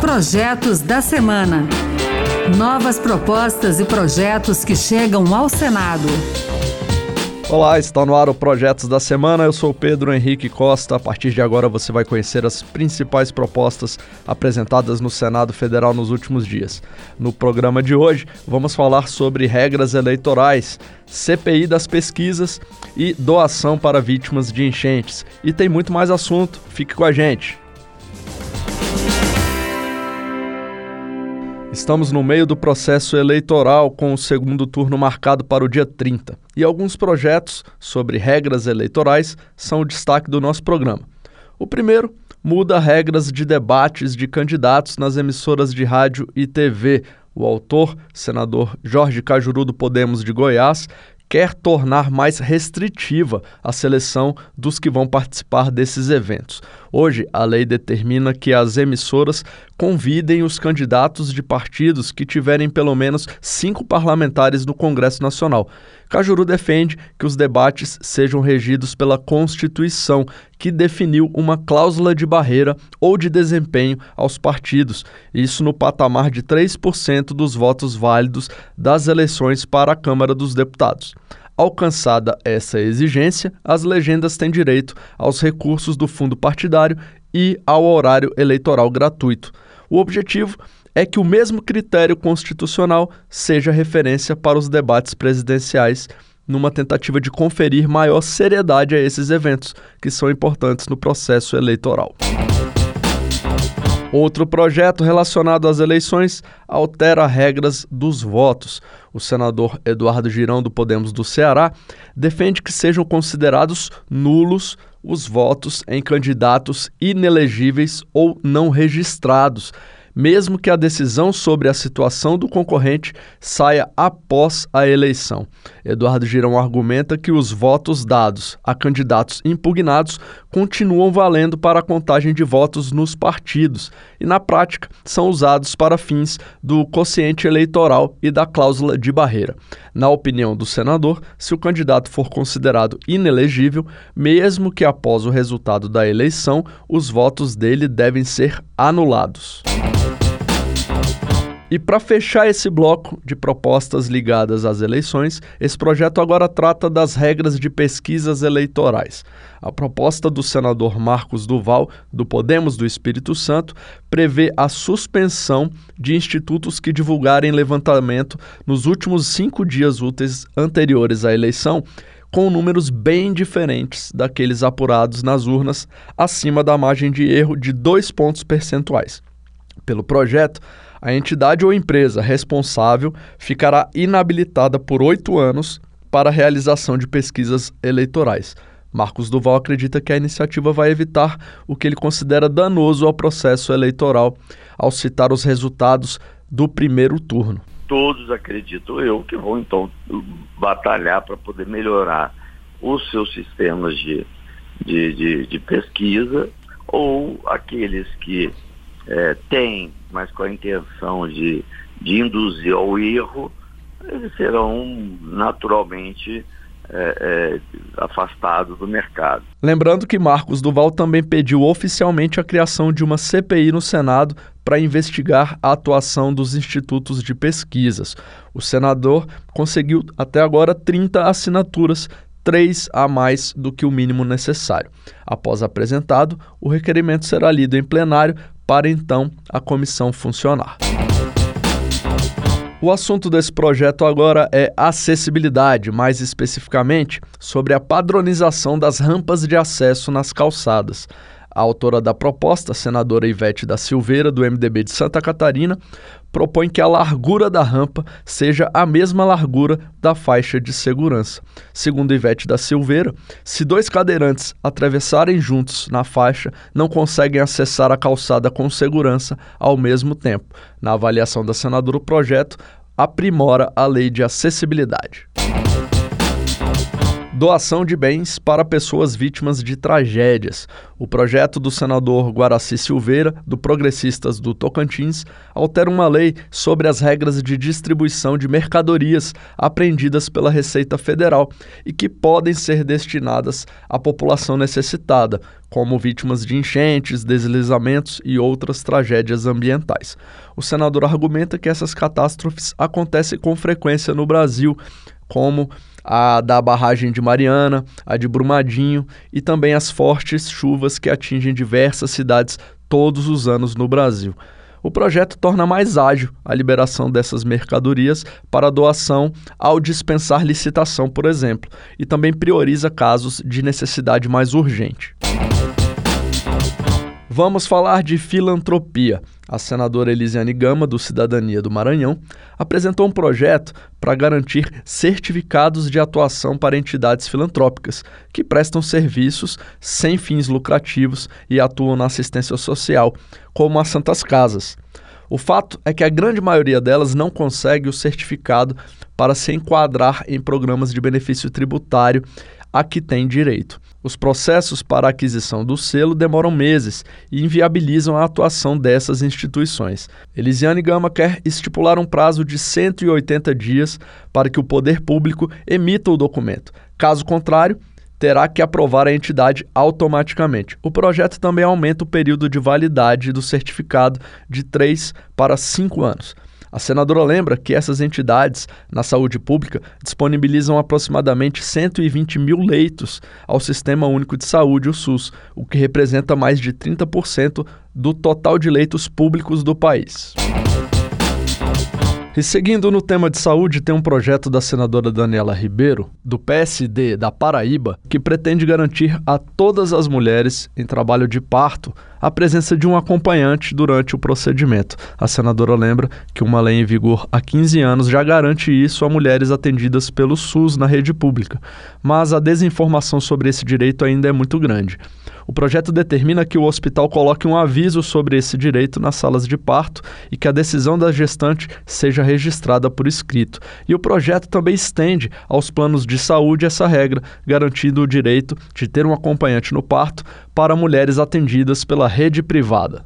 Projetos da Semana. Novas propostas e projetos que chegam ao Senado. Olá, está no ar o Projetos da Semana. Eu sou Pedro Henrique Costa. A partir de agora você vai conhecer as principais propostas apresentadas no Senado Federal nos últimos dias. No programa de hoje, vamos falar sobre regras eleitorais, CPI das pesquisas e doação para vítimas de enchentes. E tem muito mais assunto. Fique com a gente. Estamos no meio do processo eleitoral, com o segundo turno marcado para o dia 30. E alguns projetos sobre regras eleitorais são o destaque do nosso programa. O primeiro muda regras de debates de candidatos nas emissoras de rádio e TV. O autor, senador Jorge Cajuru, do Podemos de Goiás, quer tornar mais restritiva a seleção dos que vão participar desses eventos. Hoje, a lei determina que as emissoras convidem os candidatos de partidos que tiverem pelo menos 5 parlamentares no Congresso Nacional. Cajuru defende que os debates sejam regidos pela Constituição, que definiu uma cláusula de barreira ou de desempenho aos partidos, isso no patamar de 3% dos votos válidos das eleições para a Câmara dos Deputados. Alcançada essa exigência, as legendas têm direito aos recursos do fundo partidário e ao horário eleitoral gratuito. O objetivo é que o mesmo critério constitucional seja referência para os debates presidenciais, numa tentativa de conferir maior seriedade a esses eventos, que são importantes no processo eleitoral. Outro projeto relacionado às eleições altera regras dos votos. O senador Eduardo Girão, do Podemos do Ceará, defende que sejam considerados nulos os votos em candidatos inelegíveis ou não registrados, mesmo que a decisão sobre a situação do concorrente saia após a eleição. Eduardo Girão argumenta que os votos dados a candidatos impugnados continuam valendo para a contagem de votos nos partidos e, na prática, são usados para fins do quociente eleitoral e da cláusula de barreira. Na opinião do senador, se o candidato for considerado inelegível, mesmo que após o resultado da eleição, os votos dele devem ser anulados. E para fechar esse bloco de propostas ligadas às eleições, esse projeto agora trata das regras de pesquisas eleitorais. A proposta do senador Marcos Duval, do Podemos do Espírito Santo, prevê a suspensão de institutos que divulgarem levantamento nos últimos 5 dias úteis anteriores à eleição, com números bem diferentes daqueles apurados nas urnas, acima da margem de erro de 2 pontos percentuais. Pelo projeto, a entidade ou empresa responsável ficará inabilitada por 8 anos para a realização de pesquisas eleitorais. Marcos Duval acredita que a iniciativa vai evitar o que ele considera danoso ao processo eleitoral, ao citar os resultados do primeiro turno. Todos, acredito eu, que vão então batalhar para poder melhorar os seus sistemas de pesquisa, ou aqueles que têm, mas com a intenção de induzir ao erro, eles serão naturalmente afastados do mercado. Lembrando que Marcos Duval também pediu oficialmente a criação de uma CPI no Senado para investigar a atuação dos institutos de pesquisas. O senador conseguiu até agora 30 assinaturas, 3 a mais do que o mínimo necessário. Após apresentado, o requerimento será lido em plenário para então a comissão funcionar. O assunto desse projeto agora é acessibilidade, mais especificamente sobre a padronização das rampas de acesso nas calçadas. A autora da proposta, a senadora Ivete da Silveira, do MDB de Santa Catarina, propõe que a largura da rampa seja a mesma largura da faixa de segurança. Segundo Ivete da Silveira, se 2 cadeirantes atravessarem juntos na faixa, não conseguem acessar a calçada com segurança ao mesmo tempo. Na avaliação da senadora, o projeto aprimora a lei de acessibilidade. Doação de bens para pessoas vítimas de tragédias. O projeto do senador Guaraci Silveira, do Progressistas do Tocantins, altera uma lei sobre as regras de distribuição de mercadorias apreendidas pela Receita Federal e que podem ser destinadas à população necessitada, como vítimas de enchentes, deslizamentos e outras tragédias ambientais. O senador argumenta que essas catástrofes acontecem com frequência no Brasil, como a da barragem de Mariana, a de Brumadinho e também as fortes chuvas que atingem diversas cidades todos os anos no Brasil. O projeto torna mais ágil a liberação dessas mercadorias para doação ao dispensar licitação, por exemplo, e também prioriza casos de necessidade mais urgente. Vamos falar de filantropia. A senadora Elisiane Gama, do Cidadania do Maranhão, apresentou um projeto para garantir certificados de atuação para entidades filantrópicas que prestam serviços sem fins lucrativos e atuam na assistência social, como as Santas Casas. O fato é que a grande maioria delas não consegue o certificado para se enquadrar em programas de benefício tributário a que tem direito. Os processos para a aquisição do selo demoram meses e inviabilizam a atuação dessas instituições. Elisiane Gama quer estipular um prazo de 180 dias para que o poder público emita o documento. Caso contrário, terá que aprovar a entidade automaticamente. O projeto também aumenta o período de validade do certificado de 3 para 5 anos. A senadora lembra que essas entidades, na saúde pública, disponibilizam aproximadamente 120 mil leitos ao Sistema Único de Saúde, o SUS, o que representa mais de 30% do total de leitos públicos do país. E seguindo no tema de saúde, tem um projeto da senadora Daniela Ribeiro, do PSD da Paraíba, que pretende garantir a todas as mulheres em trabalho de parto a presença de um acompanhante durante o procedimento. A senadora lembra que uma lei em vigor há 15 anos já garante isso a mulheres atendidas pelo SUS na rede pública, mas a desinformação sobre esse direito ainda é muito grande. O projeto determina que o hospital coloque um aviso sobre esse direito nas salas de parto e que a decisão da gestante seja registrada por escrito. E o projeto também estende aos planos de saúde essa regra, garantindo o direito de ter um acompanhante no parto para mulheres atendidas pela rede privada.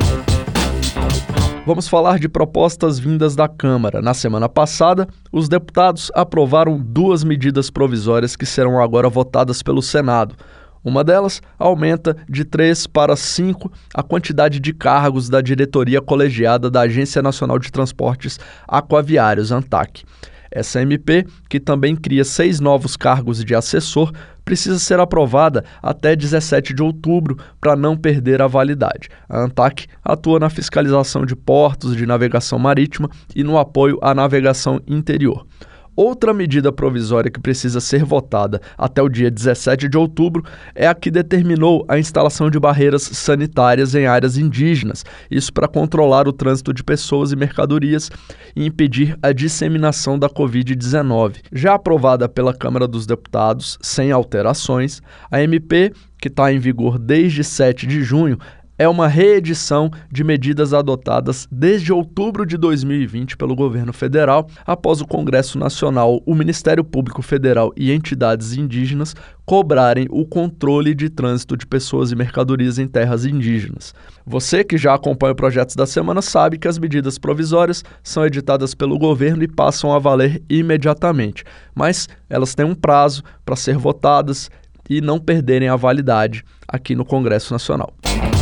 Vamos falar de propostas vindas da Câmara. Na semana passada, os deputados aprovaram 2 medidas provisórias que serão agora votadas pelo Senado. Uma delas aumenta de 3 para 5 a quantidade de cargos da diretoria colegiada da Agência Nacional de Transportes Aquaviários, ANTAQ. Essa MP, que também cria 6 novos cargos de assessor, precisa ser aprovada até 17 de outubro para não perder a validade. A ANTAQ atua na fiscalização de portos de navegação marítima e no apoio à navegação interior. Outra medida provisória que precisa ser votada até o dia 17 de outubro é a que determinou a instalação de barreiras sanitárias em áreas indígenas, isso para controlar o trânsito de pessoas e mercadorias e impedir a disseminação da Covid-19. Já aprovada pela Câmara dos Deputados, sem alterações, a MP, que está em vigor desde 7 de junho, é uma reedição de medidas adotadas desde outubro de 2020 pelo governo federal, após o Congresso Nacional, o Ministério Público Federal e entidades indígenas cobrarem o controle de trânsito de pessoas e mercadorias em terras indígenas. Você que já acompanha o Projetos da Semana sabe que as medidas provisórias são editadas pelo governo e passam a valer imediatamente, mas elas têm um prazo para ser votadas e não perderem a validade aqui no Congresso Nacional.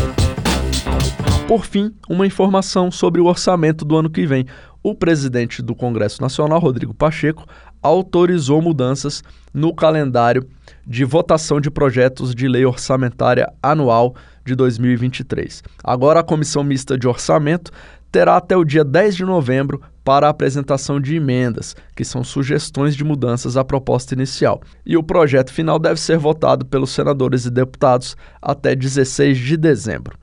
Por fim, uma informação sobre o orçamento do ano que vem. O presidente do Congresso Nacional, Rodrigo Pacheco, autorizou mudanças no calendário de votação de projetos de lei orçamentária anual de 2023. Agora, a Comissão Mista de Orçamento terá até o dia 10 de novembro para a apresentação de emendas, que são sugestões de mudanças à proposta inicial. E o projeto final deve ser votado pelos senadores e deputados até 16 de dezembro.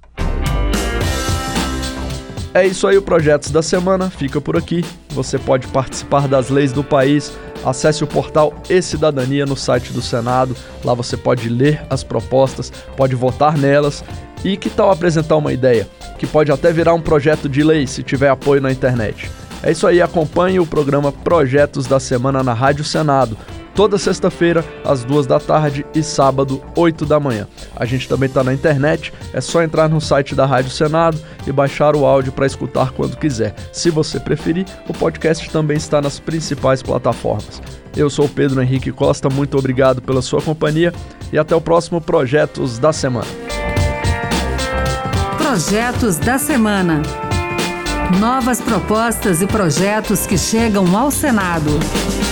É isso aí, o Projetos da Semana fica por aqui. Você pode participar das leis do país. Acesse o portal E-Cidadania no site do Senado. Lá você pode ler as propostas, pode votar nelas. E que tal apresentar uma ideia, que pode até virar um projeto de lei se tiver apoio na internet. É isso aí, acompanhe o programa Projetos da Semana na Rádio Senado. toda sexta-feira, às 14h e sábado, 8h. A gente também está na internet, é só entrar no site da Rádio Senado e baixar o áudio para escutar quando quiser. Se você preferir, o podcast também está nas principais plataformas. Eu sou o Pedro Henrique Costa, muito obrigado pela sua companhia e até o próximo Projetos da Semana. Projetos da Semana. Novas propostas e projetos que chegam ao Senado.